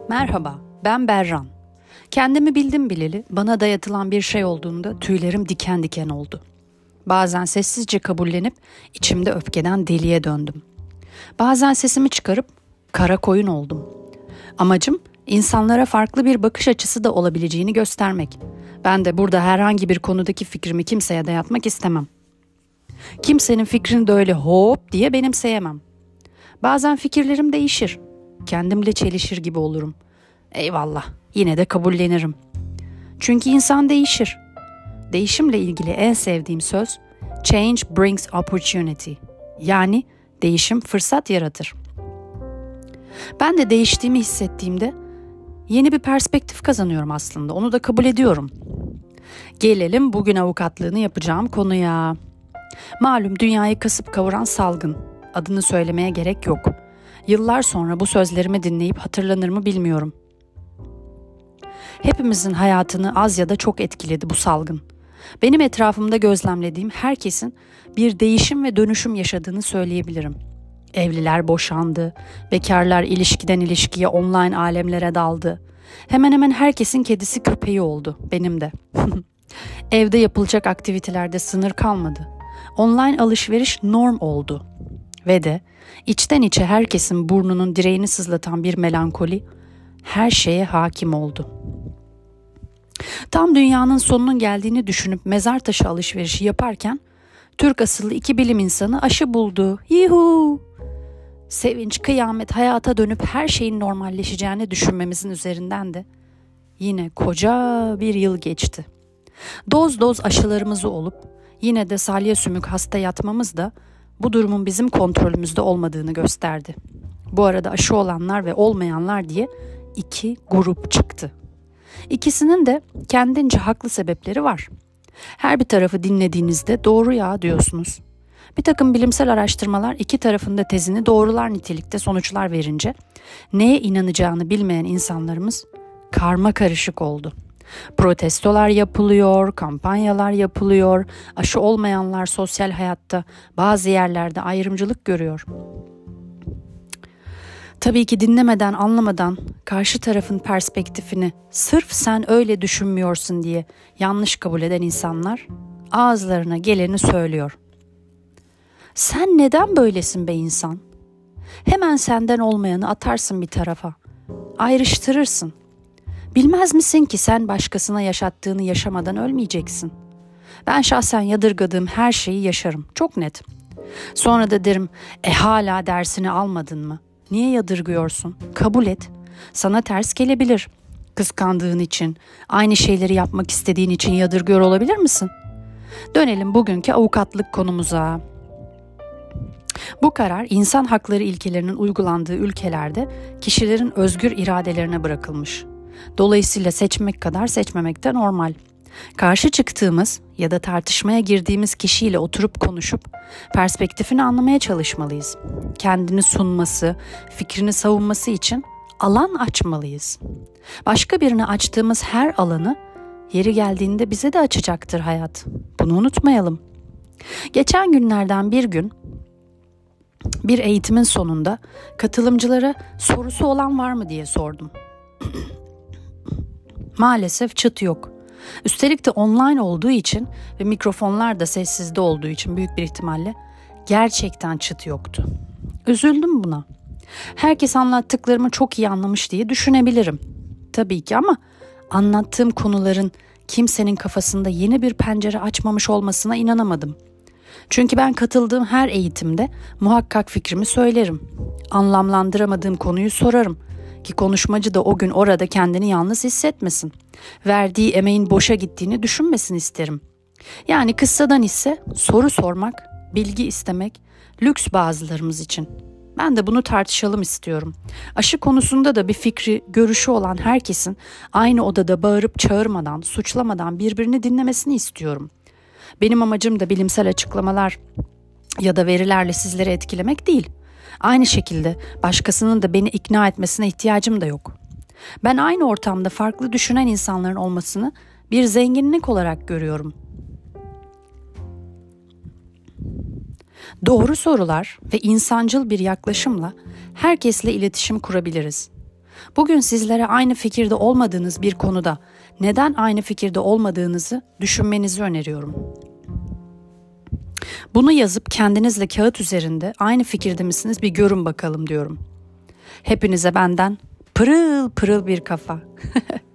Merhaba, ben Berran. Kendimi bildim bileli bana dayatılan bir şey olduğunda tüylerim diken diken oldu. Bazen sessizce kabullenip içimde öfkeden deliye döndüm. Bazen sesimi çıkarıp kara koyun oldum. Amacım insanlara farklı bir bakış açısı da olabileceğini göstermek. Ben de burada herhangi bir konudaki fikrimi kimseye dayatmak istemem. Kimsenin fikrini de öyle hop diye benimseyemem. Bazen fikirlerim değişir. Kendimle çelişir gibi olurum. Eyvallah, yine de kabullenirim. Çünkü insan değişir. Değişimle ilgili en sevdiğim söz, change brings opportunity. Yani değişim fırsat yaratır. Ben de değiştiğimi hissettiğimde yeni bir perspektif kazanıyorum aslında. Onu da kabul ediyorum. Gelelim bugün avukatlığını yapacağım konuya. Malum dünyayı kasıp kavuran salgın. Adını söylemeye gerek yok. Yıllar sonra bu sözlerimi dinleyip hatırlanır mı bilmiyorum. Hepimizin hayatını az ya da çok etkiledi bu salgın. Benim etrafımda gözlemlediğim herkesin bir değişim ve dönüşüm yaşadığını söyleyebilirim. Evliler boşandı, bekarlar ilişkiden ilişkiye online alemlere daldı. Hemen hemen herkesin kedisi köpeği oldu, benim de. Evde yapılacak aktivitelerde sınır kalmadı. Online alışveriş norm oldu. Ve de içten içe herkesin burnunun direğini sızlatan bir melankoli her şeye hakim oldu. Tam dünyanın sonunun geldiğini düşünüp mezar taşı alışverişi yaparken Türk asıllı iki bilim insanı aşı buldu. Yuhuu! Sevinç, kıyamet, hayata dönüp her şeyin normalleşeceğini düşünmemizin üzerinden de yine koca bir yıl geçti. Doz doz aşılarımızı olup yine de salya sümük hasta yatmamız da bu durumun bizim kontrolümüzde olmadığını gösterdi. Bu arada aşı olanlar ve olmayanlar diye iki grup çıktı. İkisinin de kendince haklı sebepleri var. Her bir tarafı dinlediğinizde doğru ya diyorsunuz. Bir takım bilimsel araştırmalar iki tarafında tezini doğrular nitelikte sonuçlar verince neye inanacağını bilmeyen insanlarımız karma karışık oldu. Protestolar yapılıyor, kampanyalar yapılıyor, aşı olmayanlar sosyal hayatta bazı yerlerde ayrımcılık görüyor. Tabii ki dinlemeden, anlamadan karşı tarafın perspektifini sırf sen öyle düşünmüyorsun diye yanlış kabul eden insanlar ağızlarına geleni söylüyor. Sen neden böylesin be insan? Hemen senden olmayanı atarsın bir tarafa. Ayrıştırırsın. Bilmez misin ki sen başkasına yaşattığını yaşamadan ölmeyeceksin? Ben şahsen yadırgadığım her şeyi yaşarım. Çok net. Sonra da derim, hala dersini almadın mı? Niye yadırgıyorsun? Kabul et. Sana ters gelebilir. Kıskandığın için, aynı şeyleri yapmak istediğin için yadırgıyor olabilir misin? Dönelim bugünkü avukatlık konumuza. Bu karar insan hakları ilkelerinin uygulandığı ülkelerde kişilerin özgür iradelerine bırakılmış. Dolayısıyla seçmek kadar seçmemek de normal. Karşı çıktığımız ya da tartışmaya girdiğimiz kişiyle oturup konuşup perspektifini anlamaya çalışmalıyız. Kendini sunması, fikrini savunması için alan açmalıyız. Başka birine açtığımız her alanı yeri geldiğinde bize de açacaktır hayat. Bunu unutmayalım. Geçen günlerden bir gün bir eğitimin sonunda katılımcılara sorusu olan var mı diye sordum. Maalesef çıt yok. Üstelik de online olduğu için ve mikrofonlar da sessizde olduğu için büyük bir ihtimalle gerçekten çıt yoktu. Üzüldüm buna. Herkes anlattıklarımı çok iyi anlamış diye düşünebilirim. Tabii ki ama anlattığım konuların kimsenin kafasında yeni bir pencere açmamış olmasına inanamadım. Çünkü ben katıldığım her eğitimde muhakkak fikrimi söylerim. Anlamlandıramadığım konuyu sorarım. Ki konuşmacı da o gün orada kendini yalnız hissetmesin. Verdiği emeğin boşa gittiğini düşünmesin isterim. Yani kıssadan ise soru sormak, bilgi istemek lüks bazılarımız için. Ben de bunu tartışalım istiyorum. Aşı konusunda da bir fikri, görüşü olan herkesin aynı odada bağırıp çağırmadan, suçlamadan birbirini dinlemesini istiyorum. Benim amacım da bilimsel açıklamalar ya da verilerle sizleri etkilemek değil. Aynı şekilde başkasının da beni ikna etmesine ihtiyacım da yok. Ben aynı ortamda farklı düşünen insanların olmasını bir zenginlik olarak görüyorum. Doğru sorular ve insancıl bir yaklaşımla herkesle iletişim kurabiliriz. Bugün sizlere aynı fikirde olmadığınız bir konuda neden aynı fikirde olmadığınızı düşünmenizi öneriyorum. Bunu yazıp kendinizle kağıt üzerinde aynı fikirde misiniz bir görün bakalım diyorum. Hepinize benden pırıl pırıl bir kafa.